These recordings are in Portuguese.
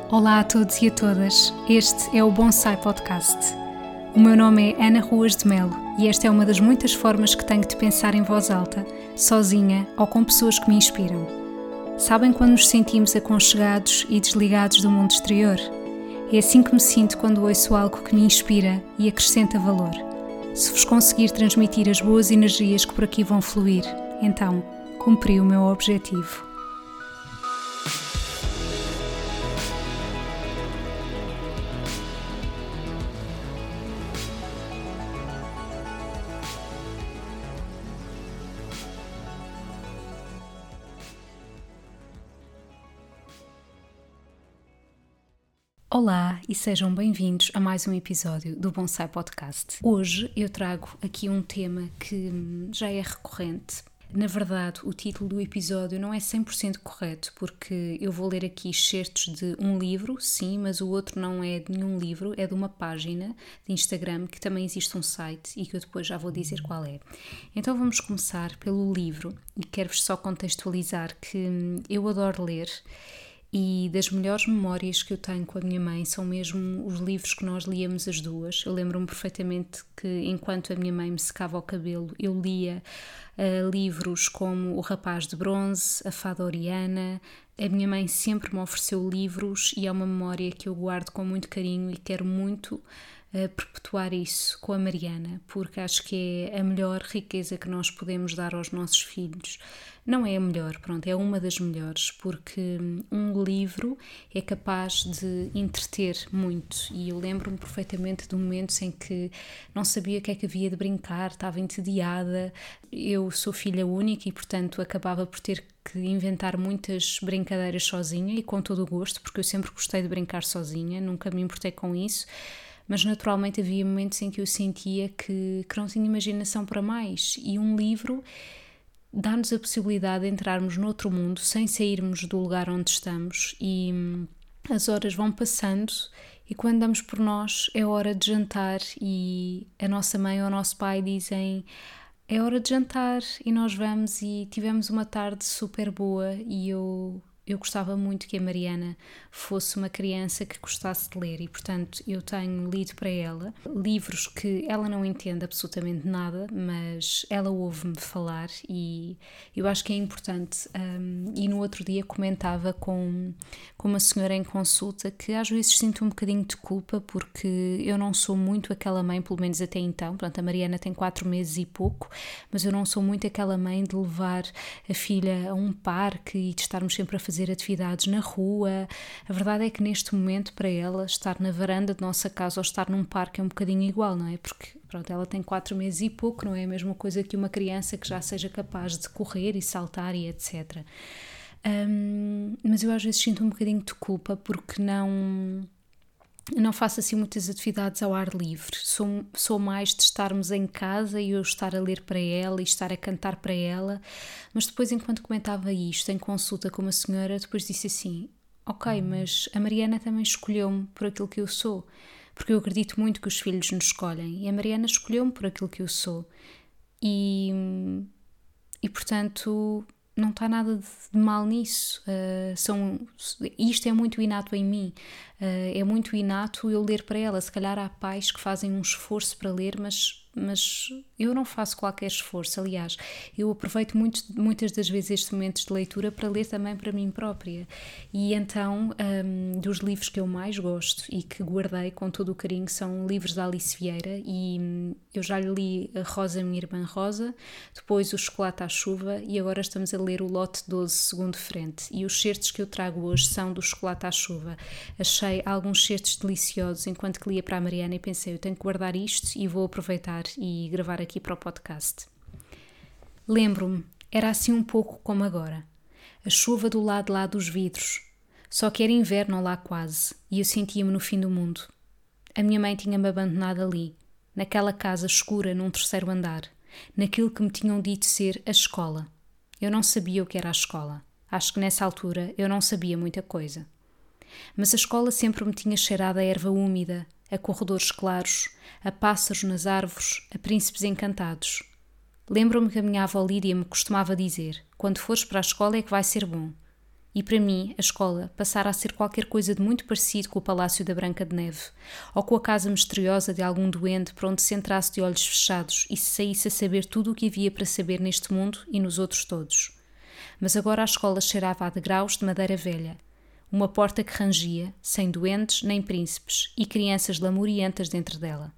Olá a todos e a todas, este é o Bonsai Podcast. O meu nome é Ana Ruas de Melo e esta é uma das muitas formas que tenho de pensar em voz alta, sozinha ou com pessoas que me inspiram. Sabem quando nos sentimos aconchegados e desligados do mundo exterior? É assim que me sinto quando ouço algo que me inspira e acrescenta valor. Se vos conseguir transmitir as boas energias que por aqui vão fluir, então cumpri o meu objetivo. Olá e sejam bem-vindos a mais um episódio do Bonsai Podcast. Hoje eu trago aqui um tema que já é recorrente. Na verdade, o título do episódio não é 100% correto, porque eu vou ler aqui excertos de um livro, sim, mas o outro não é de nenhum livro, é de uma página de Instagram, que também existe um site e que eu depois já vou dizer qual é. Então vamos começar pelo livro e quero-vos só contextualizar que eu adoro ler. E das melhores memórias que eu tenho com a minha mãe são mesmo os livros que nós líamos as duas. Eu lembro-me perfeitamente que enquanto a minha mãe me secava o cabelo, eu lia livros como O Rapaz de Bronze, A Fada Oriana. A minha mãe sempre me ofereceu livros e é uma memória que eu guardo com muito carinho e quero muito perpetuar isso com a Mariana, porque acho que é a melhor riqueza que nós podemos dar aos nossos filhos. Não é a melhor, pronto, é uma das melhores, porque um livro é capaz de entreter muito e eu lembro-me perfeitamente de momentos em que não sabia o que é que havia de brincar, estava entediada. Eu sou filha única e, portanto, acabava por ter que inventar muitas brincadeiras sozinha e com todo o gosto, porque eu sempre gostei de brincar sozinha, nunca me importei com isso. Mas naturalmente havia momentos em que eu sentia que não tinha imaginação para mais e um livro dá-nos a possibilidade de entrarmos noutro mundo sem sairmos do lugar onde estamos e as horas vão passando e quando damos por nós é hora de jantar e a nossa mãe ou o nosso pai dizem é hora de jantar e nós vamos e tivemos uma tarde super boa e eu gostava muito que a Mariana fosse uma criança que gostasse de ler e, portanto, eu tenho lido para ela livros que ela não entende absolutamente nada, mas ela ouve-me falar e eu acho que é importante. E no outro dia comentava com uma senhora em consulta que às vezes sinto um bocadinho de culpa porque eu não sou muito aquela mãe, pelo menos até então. Portanto, a Mariana tem 4 meses e pouco, mas eu não sou muito aquela mãe de levar a filha a um parque e de estarmos sempre a fazer atividades na rua. A verdade é que neste momento para ela estar na varanda de nossa casa ou estar num parque é um bocadinho igual, não é? Porque pronto, ela tem 4 meses e pouco, não é a mesma coisa que uma criança que já seja capaz de correr e saltar e etc. Mas eu às vezes sinto um bocadinho de culpa porque não faço assim muitas atividades ao ar livre, sou mais de estarmos em casa e eu estar a ler para ela e estar a cantar para ela, mas depois enquanto comentava isto em consulta com uma senhora, depois disse assim, ok, mas a Mariana também escolheu-me por aquilo que eu sou, porque eu acredito muito que os filhos nos escolhem e a Mariana escolheu-me por aquilo que eu sou e portanto não está nada de mal nisso, isto é muito inato em mim, é muito inato eu ler para ela. Se calhar há pais que fazem um esforço para ler, mas eu não faço qualquer esforço. Aliás, eu aproveito muitas das vezes estes momentos de leitura para ler também para mim própria e então dos livros que eu mais gosto e que guardei com todo o carinho são livros da Alice Vieira e eu já lhe li a Rosa, Minha Irmã Rosa, depois o Chocolate à Chuva e agora estamos a ler o Lote 12 Segundo Frente e os certos que eu trago hoje são do Chocolate à Chuva. Achei alguns certos deliciosos enquanto que lia para a Mariana e pensei, eu tenho que guardar isto e vou aproveitar e gravar aqui para o podcast. Lembro-me, era assim um pouco como agora. A chuva do lado lá dos vidros. Só que era inverno lá quase e eu sentia-me no fim do mundo. A minha mãe tinha-me abandonado ali, naquela casa escura num 3º andar, naquilo que me tinham dito ser a escola. Eu não sabia o que era a escola. Acho que nessa altura eu não sabia muita coisa. Mas a escola sempre me tinha cheirado a erva úmida, a corredores claros, a pássaros nas árvores, a príncipes encantados. Lembro-me que a minha avó Lídia me costumava dizer, quando fores para a escola é que vai ser bom. E para mim, a escola passara a ser qualquer coisa de muito parecido com o Palácio da Branca de Neve, ou com a casa misteriosa de algum doente para onde se entrasse de olhos fechados e se saísse a saber tudo o que havia para saber neste mundo e nos outros todos. Mas agora a escola cheirava a degraus de madeira velha, uma porta que rangia, sem doentes nem príncipes, e crianças lamurientas dentro dela.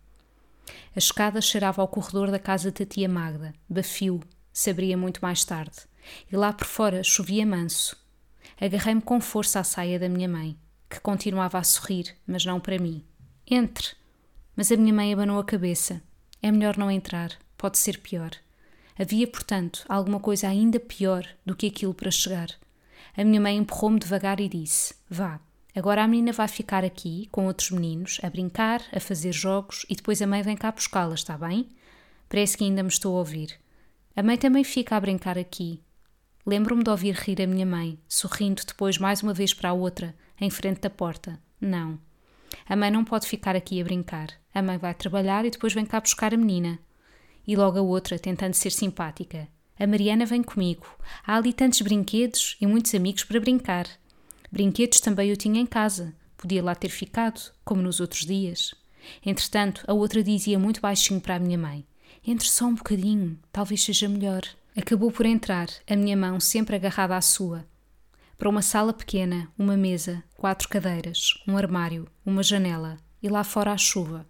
A escada cheirava ao corredor da casa da tia Magda, bafio, se abria muito mais tarde, e lá por fora chovia manso. Agarrei-me com força à saia da minha mãe, que continuava a sorrir, mas não para mim. Entre! Mas a minha mãe abanou a cabeça. É melhor não entrar, pode ser pior. Havia, portanto, alguma coisa ainda pior do que aquilo para chegar. A minha mãe empurrou-me devagar e disse: Vá, agora a menina vai ficar aqui, com outros meninos, a brincar, a fazer jogos, e depois a mãe vem cá buscá-la, está bem? Parece que ainda me estou a ouvir. A mãe também fica a brincar aqui. Lembro-me de ouvir rir a minha mãe, sorrindo depois mais uma vez para a outra, em frente da porta. Não. A mãe não pode ficar aqui a brincar. A mãe vai trabalhar e depois vem cá buscar a menina. E logo a outra, tentando ser simpática. A Mariana vem comigo. Há ali tantos brinquedos e muitos amigos para brincar. Brinquedos também eu tinha em casa. Podia lá ter ficado, como nos outros dias. Entretanto, a outra dizia muito baixinho para a minha mãe: Entre só um bocadinho, talvez seja melhor. Acabou por entrar, a minha mão sempre agarrada à sua. Para uma sala pequena, uma mesa, 4 cadeiras, um armário, uma janela e lá fora a chuva.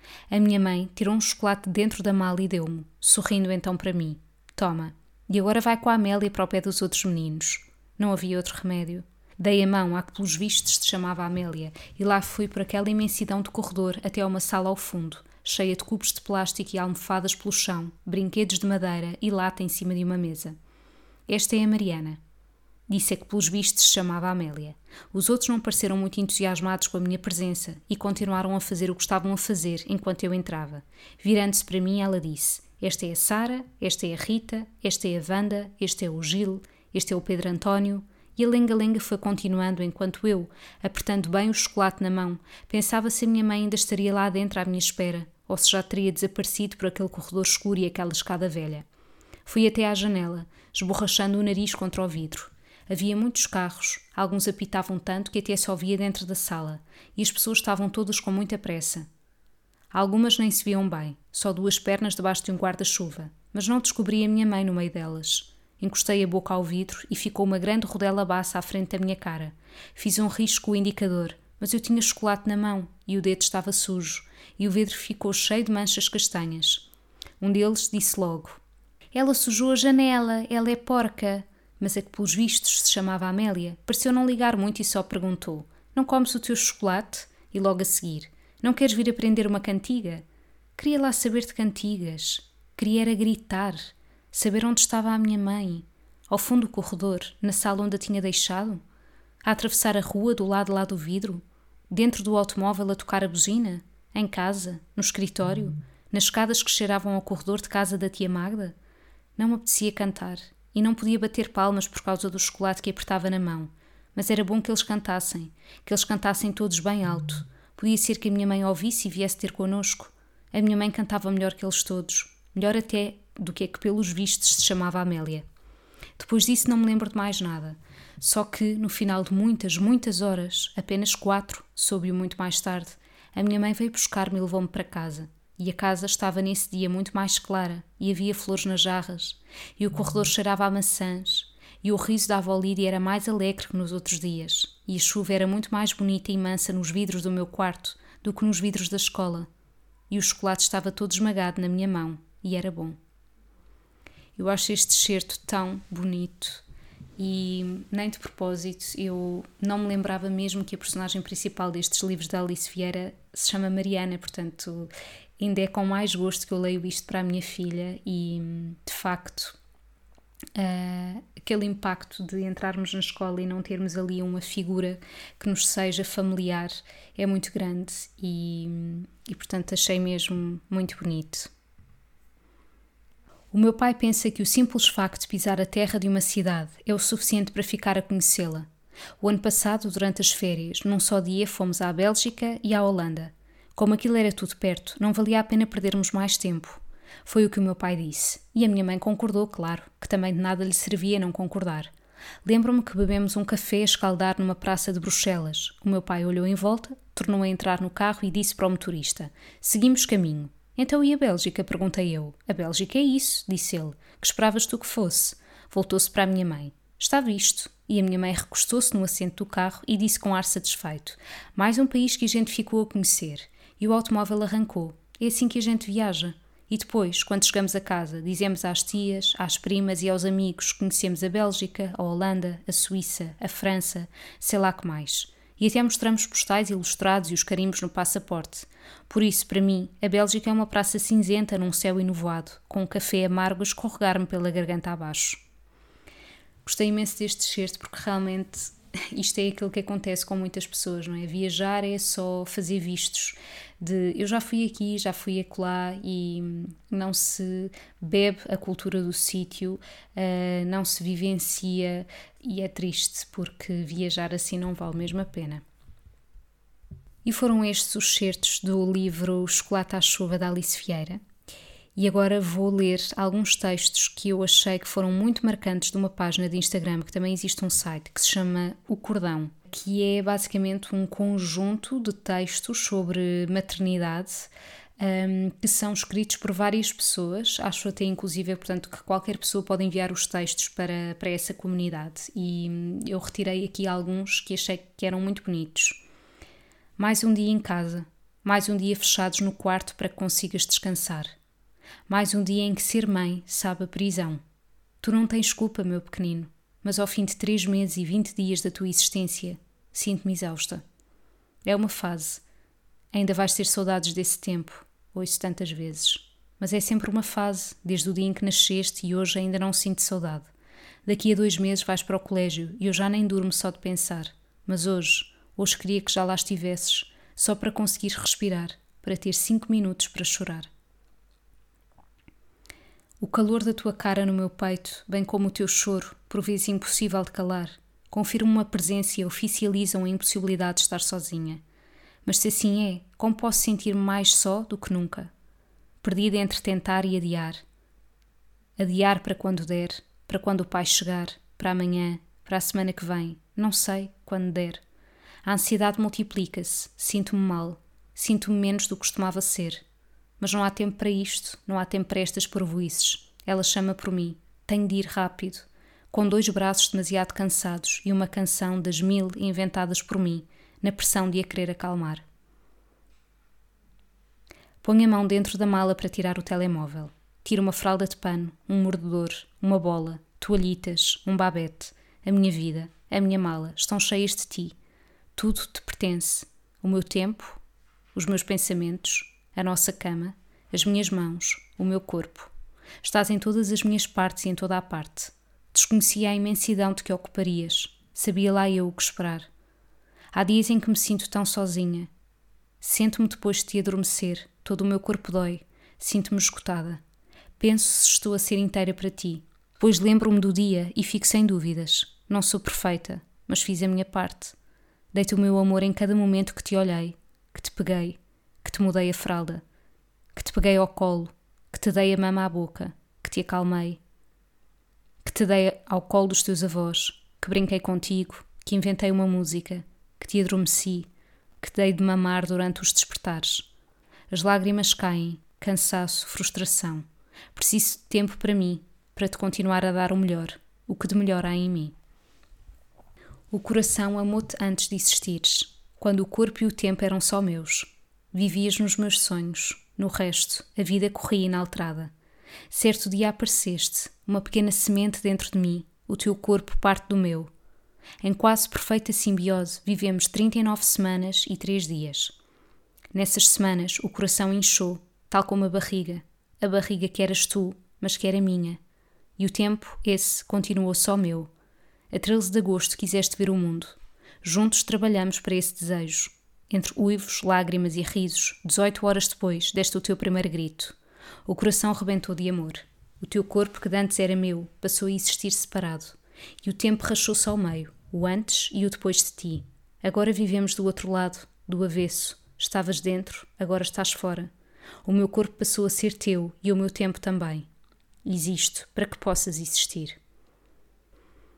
A minha mãe tirou um chocolate dentro da mala e deu-me, sorrindo então para mim. Toma, e agora vai com a Amélia para o pé dos outros meninos. Não havia outro remédio. Dei a mão à que pelos vistos se chamava Amélia e lá fui por aquela imensidão de corredor até a uma sala ao fundo, cheia de cubos de plástico e almofadas pelo chão, brinquedos de madeira e lata em cima de uma mesa. Esta é a Mariana. Disse a que pelos vistos se chamava Amélia. Os outros não pareceram muito entusiasmados com a minha presença e continuaram a fazer o que estavam a fazer enquanto eu entrava. Virando-se para mim, ela disse: Esta é a Sara, esta é a Rita, esta é a Wanda, este é o Gil, este é o Pedro António. E a lenga-lenga foi continuando enquanto eu, apertando bem o chocolate na mão, pensava se a minha mãe ainda estaria lá dentro à minha espera, ou se já teria desaparecido por aquele corredor escuro e aquela escada velha. Fui até à janela, esborrachando o nariz contra o vidro. Havia muitos carros, alguns apitavam tanto que até se ouvia dentro da sala, e as pessoas estavam todas com muita pressa. Algumas nem se viam bem, só 2 pernas debaixo de um guarda-chuva, mas não descobri a minha mãe no meio delas. Encostei a boca ao vidro e ficou uma grande rodela baça à frente da minha cara. Fiz um risco com o indicador, mas eu tinha chocolate na mão e o dedo estava sujo, e o vidro ficou cheio de manchas castanhas. Um deles disse logo: Ela sujou a janela, ela é porca. Mas a que pelos vistos se chamava Amélia pareceu não ligar muito e só perguntou: Não comes o teu chocolate? E logo a seguir: Não queres vir aprender uma cantiga? Queria lá saber de cantigas. Queria era gritar. Saber onde estava a minha mãe. Ao fundo do corredor, na sala onde a tinha deixado? A atravessar a rua do lado lá do vidro? Dentro do automóvel a tocar a buzina? Em casa? No escritório? Nas escadas que cheiravam ao corredor de casa da tia Magda? Não me apetecia cantar e não podia bater palmas por causa do chocolate que apertava na mão, mas era bom que eles cantassem todos bem alto. Podia ser que a minha mãe ouvisse e viesse ter connosco. A minha mãe cantava melhor que eles todos, melhor até do que pelos vistos se chamava Amélia. Depois disso não me lembro de mais nada, só que no final de muitas, muitas horas, apenas 4, soube-o muito mais tarde, a minha mãe veio buscar-me e levou-me para casa. E a casa estava nesse dia muito mais clara, e havia flores nas jarras, e o corredor cheirava a maçãs, e o riso da avó Lídia era mais alegre que nos outros dias, e a chuva era muito mais bonita e mansa nos vidros do meu quarto do que nos vidros da escola, e o chocolate estava todo esmagado na minha mão, e era bom. Eu acho este excerto tão bonito e nem de propósito, eu não me lembrava mesmo que a personagem principal destes livros da Alice Vieira se chama Mariana, portanto ainda é com mais gosto que eu leio isto para a minha filha e de facto aquele impacto de entrarmos na escola e não termos ali uma figura que nos seja familiar é muito grande e portanto achei mesmo muito bonito. O meu pai pensa que o simples facto de pisar a terra de uma cidade é o suficiente para ficar a conhecê-la. O ano passado, durante as férias, num só dia fomos à Bélgica e à Holanda. Como aquilo era tudo perto, não valia a pena perdermos mais tempo. Foi o que o meu pai disse. E a minha mãe concordou, claro, que também de nada lhe servia não concordar. Lembro-me que bebemos um café a escaldar numa praça de Bruxelas. O meu pai olhou em volta, tornou a entrar no carro e disse para o motorista: "Seguimos caminho." "Então e a Bélgica?" perguntei eu. "A Bélgica é isso", disse ele. "Que esperavas tu que fosse?" Voltou-se para a minha mãe. "Está visto." E a minha mãe recostou-se no assento do carro e disse com ar satisfeito: "Mais um país que a gente ficou a conhecer." E o automóvel arrancou. É assim que a gente viaja. E depois, quando chegamos a casa, dizemos às tias, às primas e aos amigos que conhecemos a Bélgica, a Holanda, a Suíça, a França, sei lá que mais. E até mostramos postais ilustrados e os carimbos no passaporte. Por isso, para mim, a Bélgica é uma praça cinzenta num céu enovoado, com um café amargo a escorregar-me pela garganta abaixo. Gostei imenso deste excerto porque realmente isto é aquilo que acontece com muitas pessoas, não é? Viajar é só fazer vistos de eu já fui aqui, já fui acolá e não se bebe a cultura do sítio, não se vivencia e é triste porque viajar assim não vale mesmo a pena. E foram estes os excertos do livro Chocolate à Chuva da Alice Vieira. E agora vou ler alguns textos que eu achei que foram muito marcantes de uma página de Instagram, que também existe um site, que se chama O Cordão, que é basicamente um conjunto de textos sobre maternidade que são escritos por várias pessoas. Acho até inclusive, portanto, que qualquer pessoa pode enviar os textos para essa comunidade. E eu retirei aqui alguns que achei que eram muito bonitos. Mais um dia em casa, mais um dia fechados no quarto para que consigas descansar. Mais um dia em que ser mãe sabe a prisão. Tu não tens culpa, meu pequenino, mas ao fim de 3 meses e 20 dias da tua existência, sinto-me exausta. É uma fase. Ainda vais ter saudades desse tempo, ouço tantas vezes. Mas é sempre uma fase, desde o dia em que nasceste e hoje ainda não sinto saudade. Daqui a 2 meses vais para o colégio e eu já nem durmo só de pensar. Mas hoje queria que já lá estivesses, só para conseguir respirar, para ter 5 minutos para chorar. O calor da tua cara no meu peito, bem como o teu choro, por vezes impossível de calar, confirmam uma presença e oficializam a impossibilidade de estar sozinha. Mas se assim é, como posso sentir-me mais só do que nunca? Perdida entre tentar e adiar. Adiar para quando der, para quando o pai chegar, para amanhã, para a semana que vem, não sei, quando der. A ansiedade multiplica-se, sinto-me mal, sinto-me menos do que costumava ser. Mas não há tempo para isto, não há tempo para estas parvoíces. Ela chama por mim, tenho de ir rápido, com 2 braços demasiado cansados e uma canção das 1000 inventadas por mim, na pressão de a querer acalmar. Ponho a mão dentro da mala para tirar o telemóvel. Tiro uma fralda de pano, um mordedor, uma bola, toalhitas, um babete. A minha vida, a minha mala, estão cheias de ti. Tudo te pertence. O meu tempo, os meus pensamentos, a nossa cama, as minhas mãos, o meu corpo. Estás em todas as minhas partes e em toda a parte. Desconhecia a imensidão de que ocuparias. Sabia lá eu o que esperar. Há dias em que me sinto tão sozinha. Sento-me depois de te adormecer, todo o meu corpo dói. Sinto-me esgotada. Penso se estou a ser inteira para ti. Depois lembro-me do dia e fico sem dúvidas. Não sou perfeita, mas fiz a minha parte. Dei-te o meu amor em cada momento que te olhei, que te peguei, que te mudei a fralda, que te peguei ao colo, que te dei a mama à boca, que te acalmei, que te dei ao colo dos teus avós, que brinquei contigo, que inventei uma música, que te adormeci, que te dei de mamar durante os despertares. As lágrimas caem, cansaço, frustração. Preciso de tempo para mim, para te continuar a dar o melhor, o que de melhor há em mim. O coração amou-te antes de existires, quando o corpo e o tempo eram só meus. Vivias nos meus sonhos, no resto, a vida corria inalterada. Certo dia apareceste, uma pequena semente dentro de mim, o teu corpo parte do meu. Em quase perfeita simbiose vivemos 39 semanas e 3 dias. Nessas semanas o coração inchou, tal como a barriga que eras tu, mas que era minha. E o tempo, esse, continuou só meu. A 13 de agosto quiseste ver o mundo. Juntos trabalhamos para esse desejo. Entre uivos, lágrimas e risos, 18 horas depois, deste o teu primeiro grito. O coração rebentou de amor. O teu corpo, que de antes era meu, passou a existir separado. E o tempo rachou-se ao meio, o antes e o depois de ti. Agora vivemos do outro lado, do avesso. Estavas dentro, agora estás fora. O meu corpo passou a ser teu e o meu tempo também. Existo para que possas existir.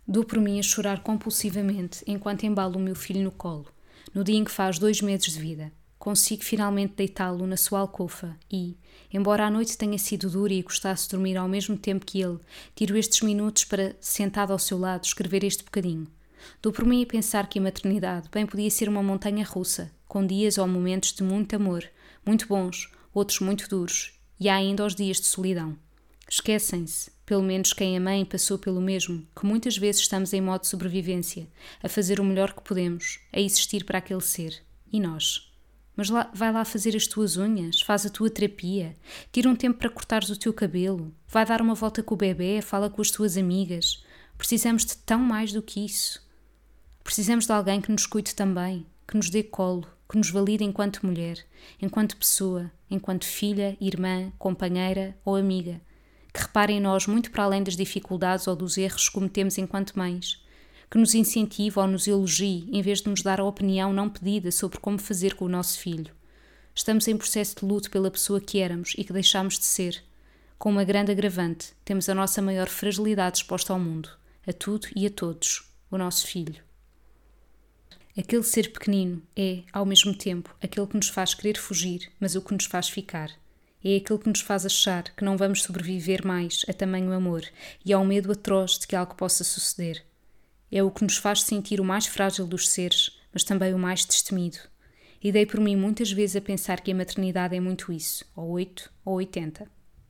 Dou por mim a chorar compulsivamente enquanto embalo o meu filho no colo, no dia em que faz 2 meses de vida. Consigo finalmente deitá-lo na sua alcofa e, embora a noite tenha sido dura e gostasse de dormir ao mesmo tempo que ele, tiro estes minutos para, sentado ao seu lado, escrever este bocadinho. Dou por mim a pensar que a maternidade bem podia ser uma montanha russa, com dias ou momentos de muito amor, muito bons, outros muito duros, e há ainda os dias de solidão. Esquecem-se, pelo menos quem a mãe passou pelo mesmo, que muitas vezes estamos em modo de sobrevivência, a fazer o melhor que podemos, a existir para aquele ser. E nós? Mas vai lá fazer as tuas unhas, faz a tua terapia, tira um tempo para cortares o teu cabelo, vai dar uma volta com o bebê, fala com as tuas amigas. Precisamos de tão mais do que isso. Precisamos de alguém que nos cuide também, que nos dê colo, que nos valide enquanto mulher, enquanto pessoa, enquanto filha, irmã, companheira ou amiga, que repare em nós muito para além das dificuldades ou dos erros que cometemos enquanto mães, que nos incentive ou nos elogie em vez de nos dar a opinião não pedida sobre como fazer com o nosso filho. Estamos em processo de luto pela pessoa que éramos e que deixámos de ser. Com uma grande agravante, temos a nossa maior fragilidade exposta ao mundo, a tudo e a todos, o nosso filho. Aquele ser pequenino é, ao mesmo tempo, aquele que nos faz querer fugir, mas o que nos faz ficar. É aquele que nos faz achar que não vamos sobreviver mais a tamanho amor e ao medo atroz de que algo possa suceder. É o que nos faz sentir o mais frágil dos seres, mas também o mais destemido. E dei por mim muitas vezes a pensar que a maternidade é muito isso, ou 8 ou 80.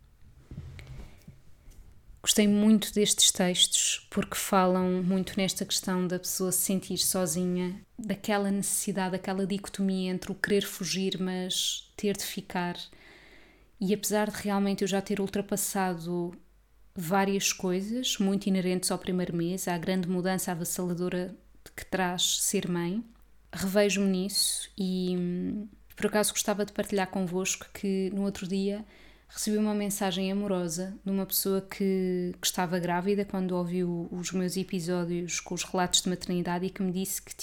Gostei muito destes textos porque falam muito nesta questão da pessoa se sentir sozinha, daquela necessidade, daquela dicotomia entre o querer fugir, mas ter de ficar. E apesar de realmente eu já ter ultrapassado várias coisas, muito inerentes ao primeiro mês, à grande mudança avassaladora que traz ser mãe, revejo-me nisso e por acaso gostava de partilhar convosco que no outro dia recebi uma mensagem amorosa de uma pessoa que estava grávida quando ouviu os meus episódios com os relatos de maternidade e que me disse que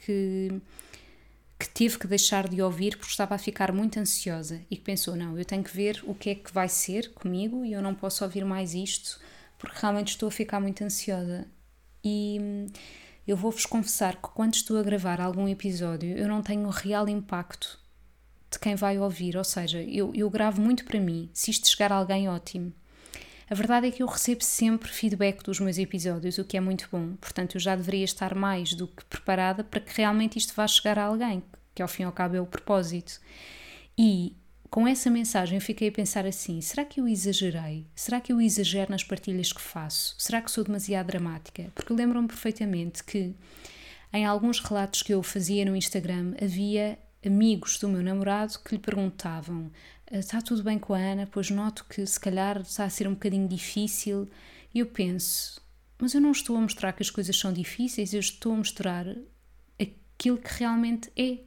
teve que deixar de ouvir porque estava a ficar muito ansiosa e que pensou, não, eu tenho que ver o que é que vai ser comigo e eu não posso ouvir mais isto porque realmente estou a ficar muito ansiosa. E eu vou-vos confessar que quando estou a gravar algum episódio eu não tenho real impacto de quem vai ouvir, ou seja, eu gravo muito para mim, se isto chegar a alguém, ótimo. A verdade é que eu recebo sempre feedback dos meus episódios, o que é muito bom, portanto eu já deveria estar mais do que preparada para que realmente isto vá chegar a alguém, que ao fim e ao cabo é o propósito. E com essa mensagem eu fiquei a pensar assim, será que eu exagerei? Será que eu exagero nas partilhas que faço? Será que sou demasiado dramática? Porque eu lembro-me perfeitamente que em alguns relatos que eu fazia no Instagram havia amigos do meu namorado que lhe perguntavam, está tudo bem com a Ana? Pois noto que se calhar está a ser um bocadinho difícil. E eu penso, mas eu não estou a mostrar que as coisas são difíceis, eu estou a mostrar aquilo que realmente é.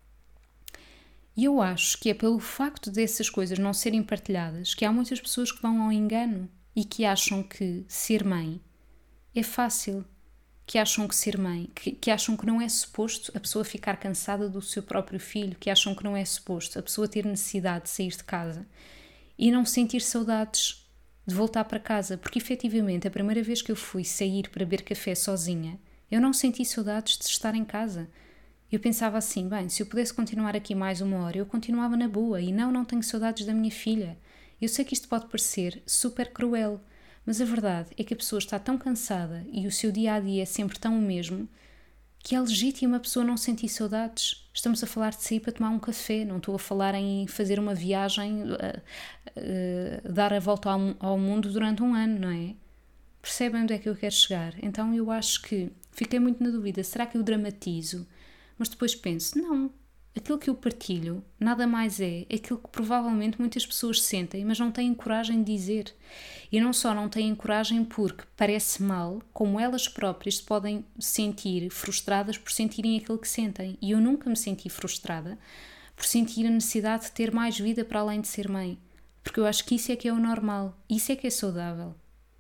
E eu acho que é pelo facto dessas coisas não serem partilhadas que há muitas pessoas que vão ao engano e que acham que ser mãe é fácil. Que acham que ser mãe, que acham que não é suposto a pessoa ficar cansada do seu próprio filho, que acham que não é suposto a pessoa ter necessidade de sair de casa e não sentir saudades de voltar para casa, porque efetivamente a primeira vez que eu fui sair para beber café sozinha, eu não senti saudades de estar em casa. Eu pensava assim, bem, se eu pudesse continuar aqui mais 1 hora, eu continuava na boa e não tenho saudades da minha filha. Eu sei que isto pode parecer super cruel, mas a verdade é que a pessoa está tão cansada e o seu dia-a-dia é sempre tão o mesmo que é legítimo a pessoa não sentir saudades. Estamos a falar de sair para tomar um café, não estou a falar em fazer uma viagem, dar a volta ao mundo durante 1 ano, não é? Percebem onde é que eu quero chegar? Então eu acho que fiquei muito na dúvida, será que eu dramatizo? Mas depois penso, não. Aquilo que eu partilho nada mais é aquilo que provavelmente muitas pessoas sentem, mas não têm coragem de dizer. E não só não têm coragem porque parece mal, como elas próprias se podem sentir frustradas por sentirem aquilo que sentem. E eu nunca me senti frustrada por sentir a necessidade de ter mais vida para além de ser mãe. Porque eu acho que isso é que é o normal, isso é que é saudável.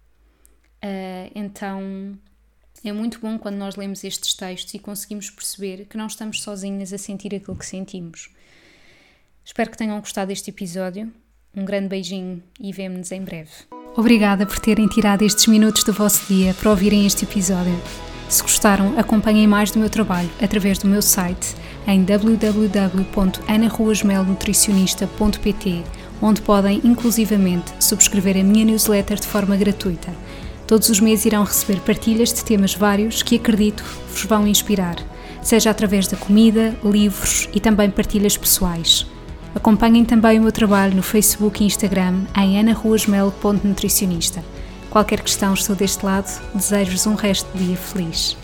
Então é muito bom quando nós lemos estes textos e conseguimos perceber que não estamos sozinhas a sentir aquilo que sentimos. Espero que tenham gostado deste episódio. Um grande beijinho e vemo-nos em breve. Obrigada por terem tirado estes minutos do vosso dia para ouvirem este episódio. Se gostaram, acompanhem mais do meu trabalho através do meu site em www.anaruasmelnutricionista.pt, onde podem, inclusivamente, subscrever a minha newsletter de forma gratuita. Todos os meses irão receber partilhas de temas vários que acredito vos vão inspirar, seja através da comida, livros e também partilhas pessoais. Acompanhem também o meu trabalho no Facebook e Instagram em anaruasmel.nutricionista. Qualquer questão, estou deste lado. Desejo-vos um resto de dia feliz.